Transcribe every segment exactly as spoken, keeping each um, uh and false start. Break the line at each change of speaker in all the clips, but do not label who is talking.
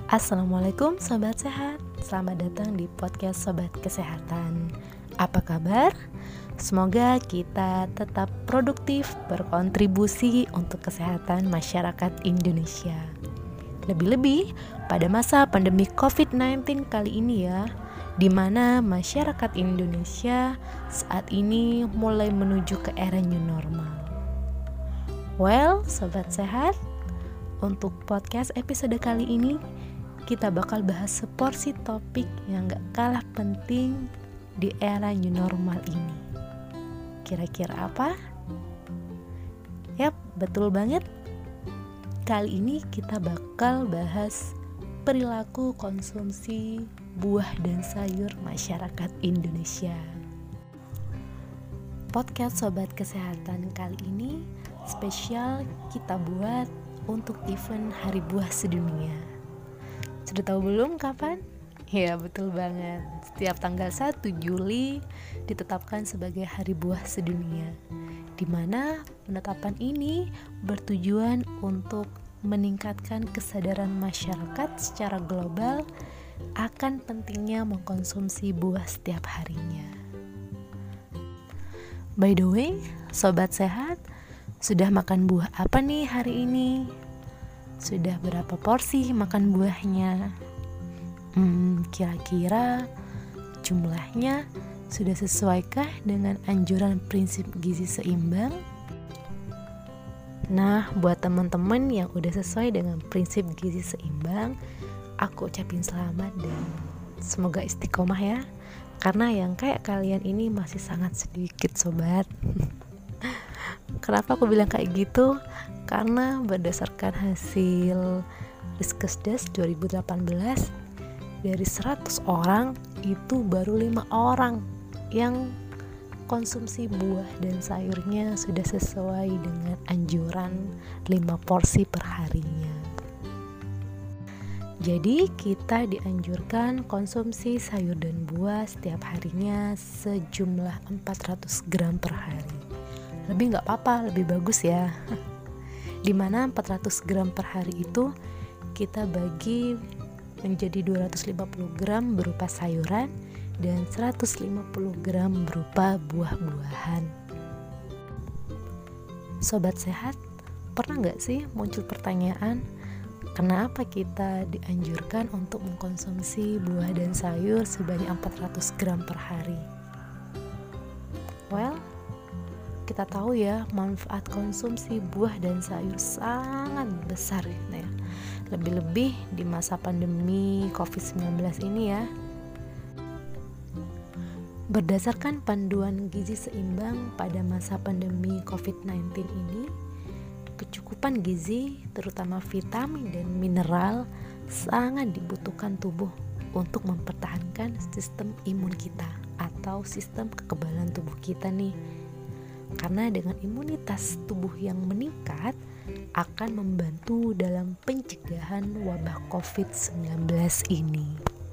Assalamualaikum Sobat Sehat, selamat datang di podcast Sobat Kesehatan. Apa kabar? Semoga kita tetap produktif berkontribusi untuk kesehatan masyarakat Indonesia. Lebih-lebih pada masa pandemi covid sembilan belas kali ini ya, di mana masyarakat Indonesia saat ini mulai menuju ke era new normal. Well, Sobat Sehat, untuk podcast episode kali ini kita bakal bahas seporsi topik yang gak kalah penting di era new normal ini. Kira-kira apa? Yap, betul banget. Kali ini kita bakal bahas perilaku konsumsi buah dan sayur masyarakat Indonesia. Podcast Sobat Kesehatan kali ini spesial kita buat untuk event Hari Buah Sedunia. Sudah tahu belum kapan? Ya, betul banget. Setiap tanggal satu Juli ditetapkan sebagai Hari Buah Sedunia, di mana penetapan ini bertujuan untuk meningkatkan kesadaran masyarakat secara global akan pentingnya mengkonsumsi buah setiap harinya. By the way, Sobat Sehat, sudah makan buah apa nih hari ini? Sudah berapa porsi makan buahnya? Hmm, kira-kira jumlahnya sudah sesuaikah dengan anjuran prinsip gizi seimbang? Nah, buat teman-teman yang udah sesuai dengan prinsip gizi seimbang, aku ucapin selamat dan semoga istiqomah ya. Karena yang kayak kalian ini masih sangat sedikit, sobat. Kenapa aku bilang kayak gitu? Karena berdasarkan hasil Riskesdas dua ribu delapan belas, dari seratus orang itu baru lima orang yang konsumsi buah dan sayurnya sudah sesuai dengan anjuran lima porsi per harinya. Jadi kita dianjurkan konsumsi sayur dan buah setiap harinya sejumlah empat ratus gram per hari. Lebih gak apa-apa, lebih bagus ya. Dimana empat ratus gram per hari itu kita bagi menjadi dua ratus lima puluh gram berupa sayuran dan seratus lima puluh gram berupa buah-buahan. Sobat Sehat, pernah gak sih muncul pertanyaan, kenapa kita dianjurkan untuk mengkonsumsi buah dan sayur sebanyak empat ratus gram per hari? Well, kita tahu ya, manfaat konsumsi buah dan sayur sangat besar ya. Lebih-lebih di masa pandemi covid sembilan belas ini ya. Berdasarkan panduan gizi seimbang pada masa pandemi covid sembilan belas ini, kecukupan gizi terutama vitamin dan mineral sangat dibutuhkan tubuh untuk mempertahankan sistem imun kita atau sistem kekebalan tubuh kita nih. Karena dengan imunitas tubuh yang meningkat akan membantu dalam pencegahan wabah covid sembilan belas ini.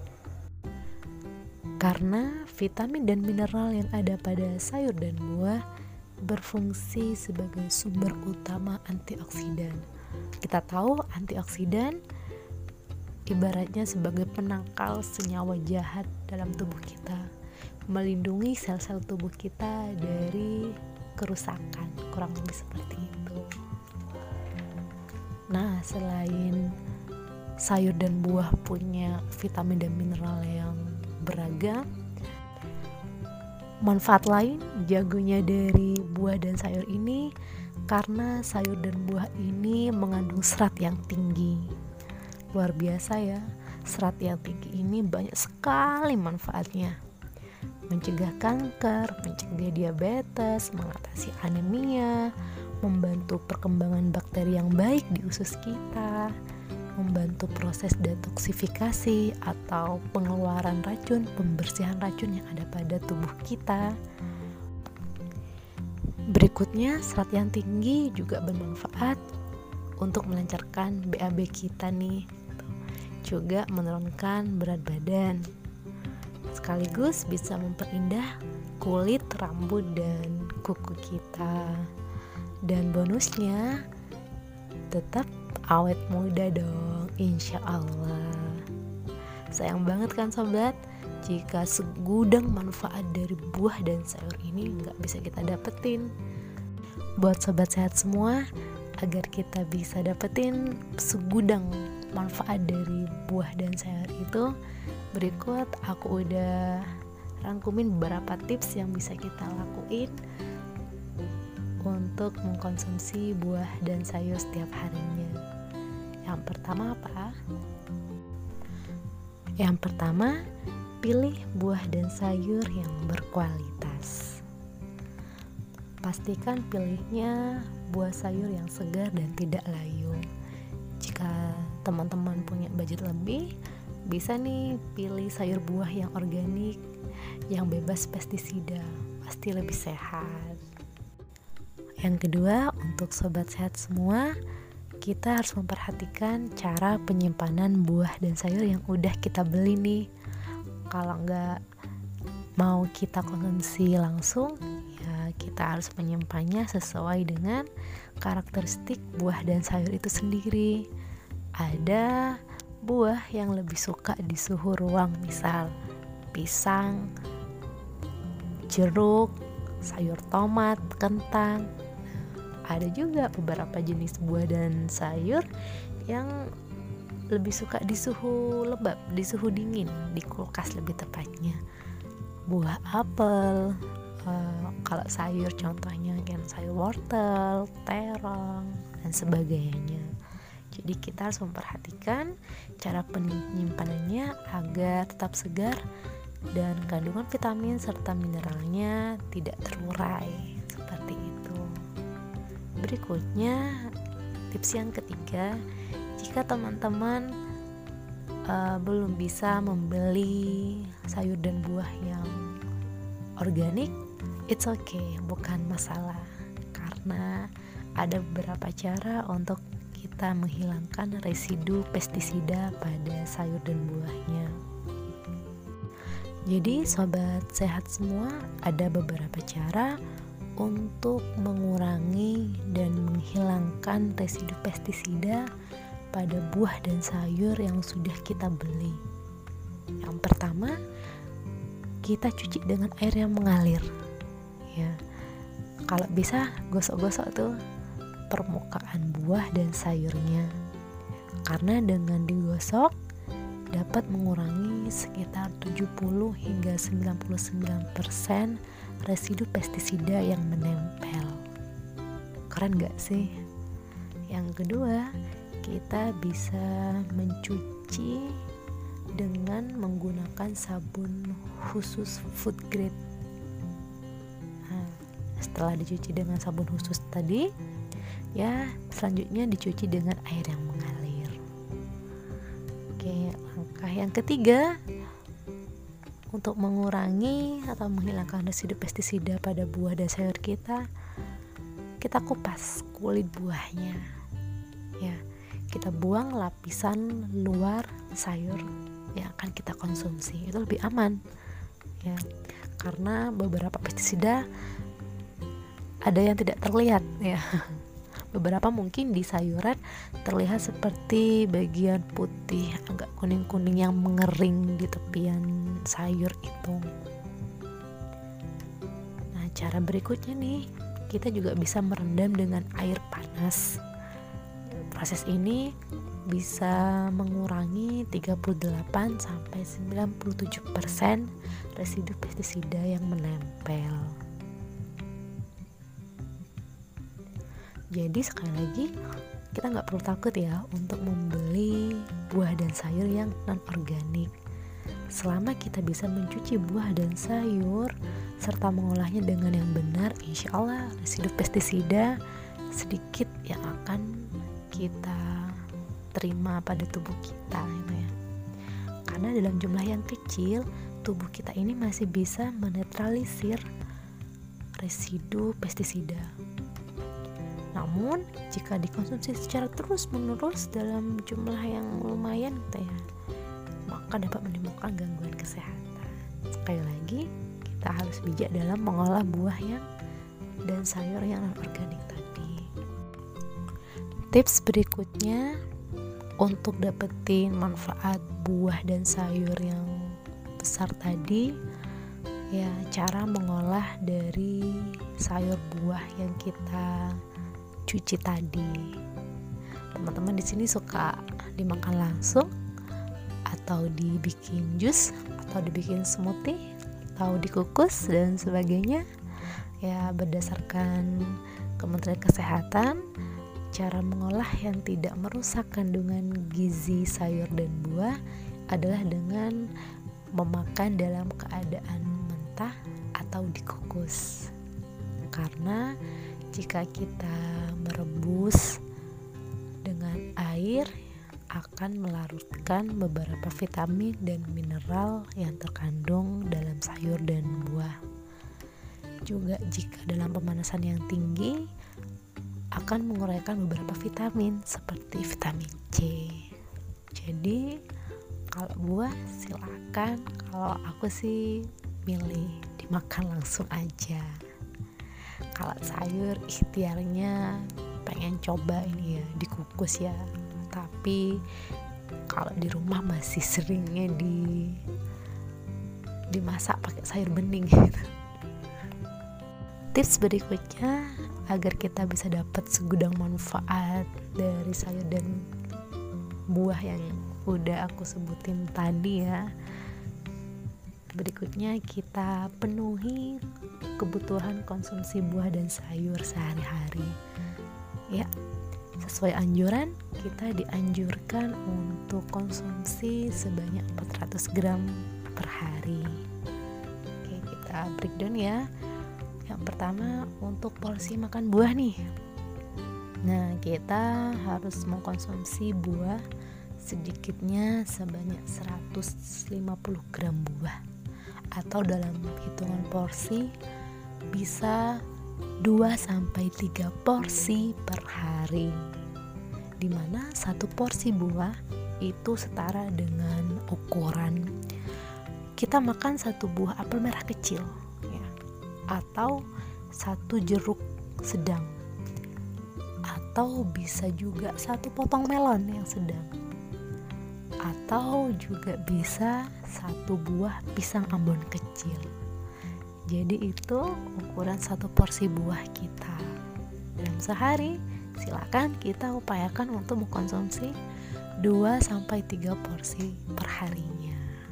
Karena vitamin dan mineral yang ada pada sayur dan buah berfungsi sebagai sumber utama antioksidan. Kita tahu antioksidan ibaratnya sebagai penangkal senyawa jahat dalam tubuh kita, melindungi sel-sel tubuh kita dari kerusakan, kurang lebih seperti itu. Nah, selain sayur dan buah punya vitamin dan mineral yang beragam, manfaat lain jagonya dari buah dan sayur ini karena sayur dan buah ini mengandung serat yang tinggi. Luar biasa ya, serat yang tinggi ini banyak sekali manfaatnya. Mencegah kanker, mencegah diabetes, mengatasi anemia, membantu perkembangan bakteri yang baik di usus kita, membantu proses detoksifikasi atau pengeluaran racun, pembersihan racun yang ada pada tubuh kita. Berikutnya, serat yang tinggi juga bermanfaat untuk melancarkan B A B kita nih, juga menurunkan berat badan. Sekaligus bisa memperindah kulit, rambut, dan kuku kita. Dan bonusnya tetap awet muda dong, insya Allah. Sayang banget kan sobat, jika segudang manfaat dari buah dan sayur ini nggak bisa kita dapetin. Buat sobat sehat semua, agar kita bisa dapetin segudang manfaat dari buah dan sayur itu, berikut aku udah rangkumin beberapa tips yang bisa kita lakuin untuk mengkonsumsi buah dan sayur setiap harinya. Yang pertama apa? Yang pertama, pilih buah dan sayur yang berkualitas. Pastikan pilihnya buah sayur yang segar dan tidak layu. Jika teman-teman punya budget lebih, bisa nih pilih sayur buah yang organik, yang bebas pestisida, pasti lebih sehat. Yang kedua, untuk sobat sehat semua, kita harus memperhatikan cara penyimpanan buah dan sayur yang udah kita beli nih. Kalau nggak mau kita konsumsi langsung, ya kita harus menyimpannya sesuai dengan karakteristik buah dan sayur itu sendiri. Ada buah yang lebih suka di suhu ruang, misal pisang, jeruk, sayur tomat, kentang. Ada juga beberapa jenis buah dan sayur yang lebih suka di suhu lembab, di suhu dingin, di kulkas lebih tepatnya. Buah apel, uh, kalau sayur contohnya kan sayur wortel, terong, dan sebagainya. Jadi kita harus memperhatikan cara penyimpanannya agar tetap segar dan kandungan vitamin serta mineralnya tidak terurai, seperti itu. Berikutnya, tips yang ketiga, jika teman-teman uh, belum bisa membeli sayur dan buah yang organik, it's okay, bukan masalah, karena ada beberapa cara untuk kita menghilangkan residu pestisida pada sayur dan buahnya. Jadi sobat sehat semua, ada beberapa cara untuk mengurangi dan menghilangkan residu pestisida pada buah dan sayur yang sudah kita beli. Yang pertama, kita cuci dengan air yang mengalir. Ya, kalau bisa gosok-gosok tuh permukaan buah dan sayurnya, karena dengan digosok dapat mengurangi sekitar tujuh puluh hingga sembilan puluh sembilan persen residu pestisida yang menempel. Keren gak sih? Yang kedua, kita bisa mencuci dengan menggunakan sabun khusus food grade. Nah, setelah dicuci dengan sabun khusus tadi, ya selanjutnya dicuci dengan air yang mengalir. Oke, langkah yang ketiga, untuk mengurangi atau menghilangkan residu pestisida pada buah dan sayur kita, kita kupas kulit buahnya. Ya, kita buang lapisan luar sayur yang akan kita konsumsi. Itu lebih aman. Ya, karena beberapa pestisida ada yang tidak terlihat ya. Beberapa mungkin di sayuran terlihat seperti bagian putih agak kuning-kuning yang mengering di tepian sayur itu. Nah, cara berikutnya nih, kita juga bisa merendam dengan air panas. Proses ini bisa mengurangi tiga puluh delapan sampai sembilan puluh tujuh persen residu pestisida yang menempel. Jadi sekali lagi, kita nggak perlu takut ya untuk membeli buah dan sayur yang non organik. Selama kita bisa mencuci buah dan sayur serta mengolahnya dengan yang benar, insya Allah residu pestisida sedikit yang akan kita terima pada tubuh kita gitu ya. Karena dalam jumlah yang kecil, tubuh kita ini masih bisa menetralisir residu pestisida. Namun jika dikonsumsi secara terus-menerus dalam jumlah yang lumayan gitu ya, maka dapat menimbulkan gangguan kesehatan. Sekali lagi, kita harus bijak dalam mengolah buah yang dan sayur yang non organik tadi. Tips berikutnya, Untuk dapetin manfaat buah dan sayur yang besar tadi, ya cara mengolah dari sayur buah yang kita cuci tadi. Teman-teman di sini suka dimakan langsung, atau dibikin jus, atau dibikin smoothie, atau dikukus dan sebagainya. Ya berdasarkan Kementerian Kesehatan, cara mengolah yang tidak merusak kandungan gizi sayur dan buah adalah dengan memakan dalam keadaan mentah atau dikukus. Karena jika kita merebus dengan air akan melarutkan beberapa vitamin dan mineral yang terkandung dalam sayur dan buah. Juga jika dalam pemanasan yang tinggi akan menguraikan beberapa vitamin seperti vitamin C. Jadi kalau buah silakan, kalau aku sih milih dimakan langsung aja. Kalau sayur ikhtiarnya pengen coba ini ya dikukus ya, tapi kalau di rumah masih seringnya di dimasak pakai sayur bening gitu. Tips berikutnya agar kita bisa dapat segudang manfaat dari sayur dan buah yang udah aku sebutin tadi ya. Berikutnya kita penuhi kebutuhan konsumsi buah dan sayur sehari-hari. Ya, sesuai anjuran kita dianjurkan untuk konsumsi sebanyak empat ratus gram per hari. Oke, kita breakdown ya. Yang pertama untuk porsi makan buah nih. Nah, kita harus mengkonsumsi buah sedikitnya sebanyak seratus lima puluh gram buah, atau dalam hitungan porsi bisa dua sampai tiga porsi per hari. Dimana satu porsi buah itu setara dengan ukuran kita makan satu buah apel merah kecil atau satu jeruk sedang, atau bisa juga satu potong melon yang sedang, atau juga bisa satu buah pisang ambon kecil. Jadi itu ukuran satu porsi buah kita dalam sehari. Silakan kita upayakan untuk mengkonsumsi dua sampai tiga porsi per harinya.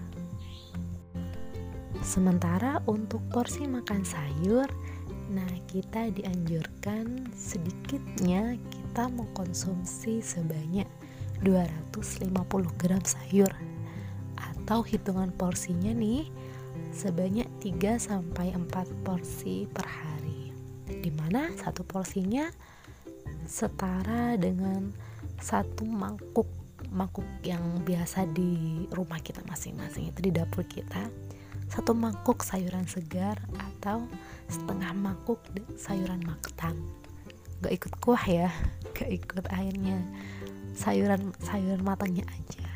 Sementara untuk porsi makan sayur, nah kita dianjurkan sedikitnya kita mengkonsumsi sebanyak dua ratus lima puluh gram sayur, atau hitungan porsinya nih sebanyak tiga sampai empat porsi per hari. Dimana satu porsinya setara dengan satu mangkuk mangkuk yang biasa di rumah kita masing-masing, itu di dapur kita. Satu mangkuk sayuran segar atau setengah mangkuk sayuran matang. Gak ikut kuah ya, gak ikut airnya, sayuran sayuran matangnya aja.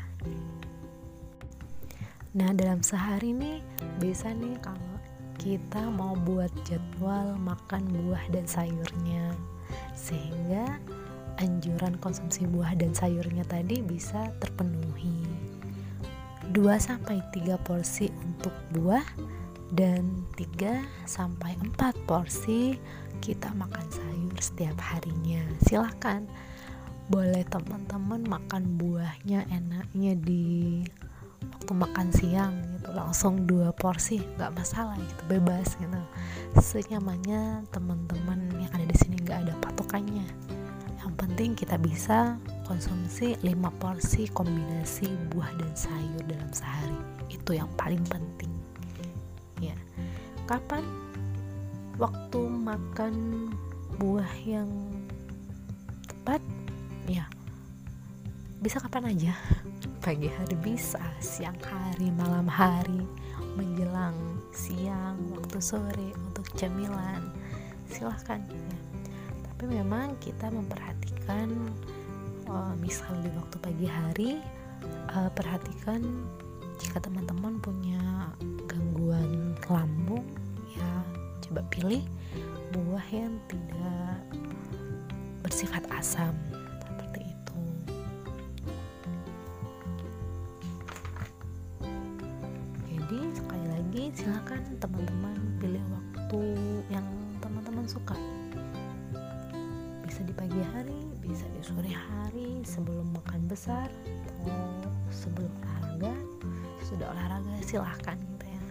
Nah dalam sehari nih bisa nih kalau kita mau buat jadwal makan buah dan sayurnya, sehingga anjuran konsumsi buah dan sayurnya tadi bisa terpenuhi. dua sampai tiga porsi untuk buah dan tiga sampai empat porsi kita makan sayur setiap harinya. Silakan, boleh teman-teman makan buahnya enaknya di waktu makan siang gitu, langsung dua porsi, nggak masalah gitu, bebas gitu, senyamannya teman-teman yang ada di sini, nggak ada patokannya. Yang penting kita bisa konsumsi lima porsi kombinasi buah dan sayur dalam sehari. Itu yang paling penting. Ya. Kapan waktu makan buah yang tepat? Ya. Bisa kapan aja. Pagi hari bisa, siang hari, malam hari, menjelang siang, waktu sore untuk cemilan. Silahkan ya. Tapi memang kita memperhatikan Uh, misal di waktu pagi hari, uh, perhatikan jika teman-teman punya gangguan lambung, ya coba pilih buah yang tidak bersifat asam seperti itu. ini silakan teman-teman pilih waktu yang teman-teman suka. Bisa di pagi hari, bisa di sore hari sebelum makan besar atau sebelum olahraga. Sudah olahraga silahkan gitu ya.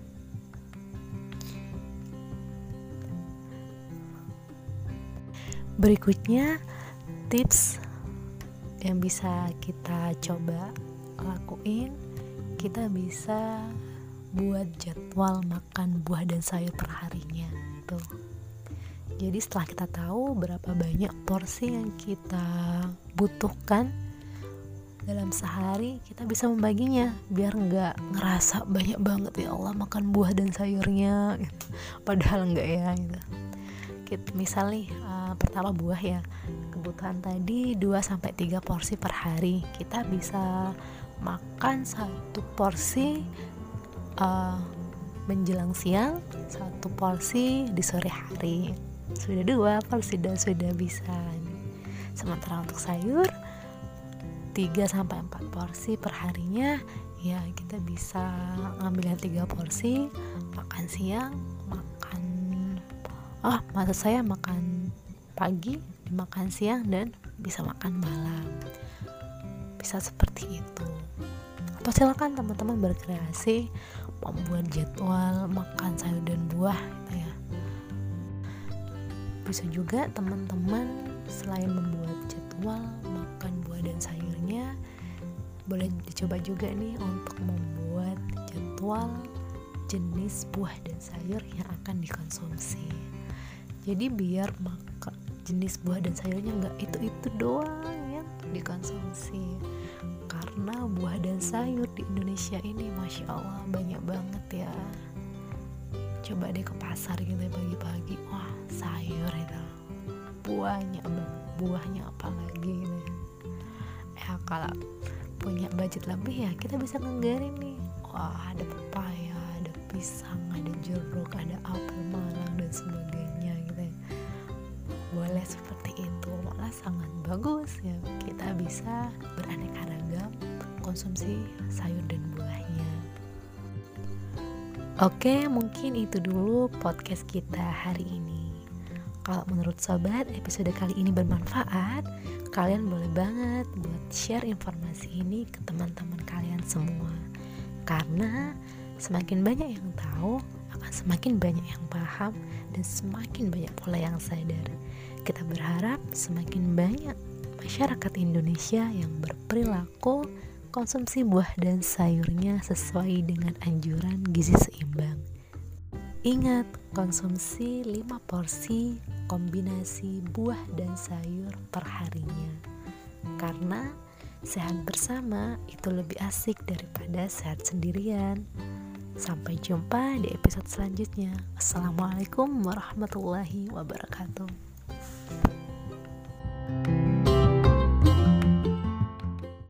Berikutnya tips yang bisa kita coba lakuin, kita bisa buat jadwal makan buah dan sayur per harinya tuh. Jadi setelah kita tahu berapa banyak porsi yang kita butuhkan dalam sehari, kita bisa membaginya biar nggak ngerasa banyak banget ya Allah makan buah dan sayurnya gitu. Padahal enggak ya gitu. Kita, misal nih uh, pertama buah ya, kebutuhan tadi dua sampai tiga porsi per hari. Kita bisa makan satu porsi uh, menjelang siang, satu porsi di sore hari. Sudah dua porsi dan sudah bisa. Sementara untuk sayur tiga sampai empat porsi per harinya, ya kita bisa ngambil yang tiga porsi, makan siang, makan oh maksud saya makan pagi, makan siang, dan bisa makan malam. Bisa seperti itu. Atau silakan teman-teman berkreasi membuat jadwal makan sayur dan buah gitu ya. Bisa juga teman-teman selain membuat jadwal makan buah dan sayurnya, boleh dicoba juga nih untuk membuat jadwal jenis buah dan sayur yang akan dikonsumsi. Jadi biar makan jenis buah dan sayurnya nggak itu-itu doang yang dikonsumsi. Karena buah dan sayur di Indonesia ini Masya Allah banyak banget ya. Coba deh ke pasar gitu ya pagi-pagi, wah sayur itu, buahnya buahnya apa lagi gitu ya. Ya kalau punya budget lebih ya kita bisa nganggarin nih, wah ada pepaya, ada pisang, ada jeruk, ada apel malang dan sebagainya gitu ya. Boleh seperti itu, malah sangat bagus ya, kita bisa beraneka ragam konsumsi sayur dan buahnya. Oke, mungkin itu dulu podcast kita hari ini. Kalau menurut sobat episode kali ini bermanfaat, kalian boleh banget buat share informasi ini ke teman-teman kalian semua. Karena semakin banyak yang tahu, akan semakin banyak yang paham, dan semakin banyak pula yang sadar. Kita berharap semakin banyak masyarakat Indonesia yang berperilaku konsumsi buah dan sayurnya sesuai dengan anjuran gizi seimbang. Ingat, konsumsi lima porsi kombinasi buah dan sayur per harinya. Karena sehat bersama itu lebih asik daripada sehat sendirian. Sampai jumpa di episode selanjutnya. Assalamualaikum warahmatullahi wabarakatuh.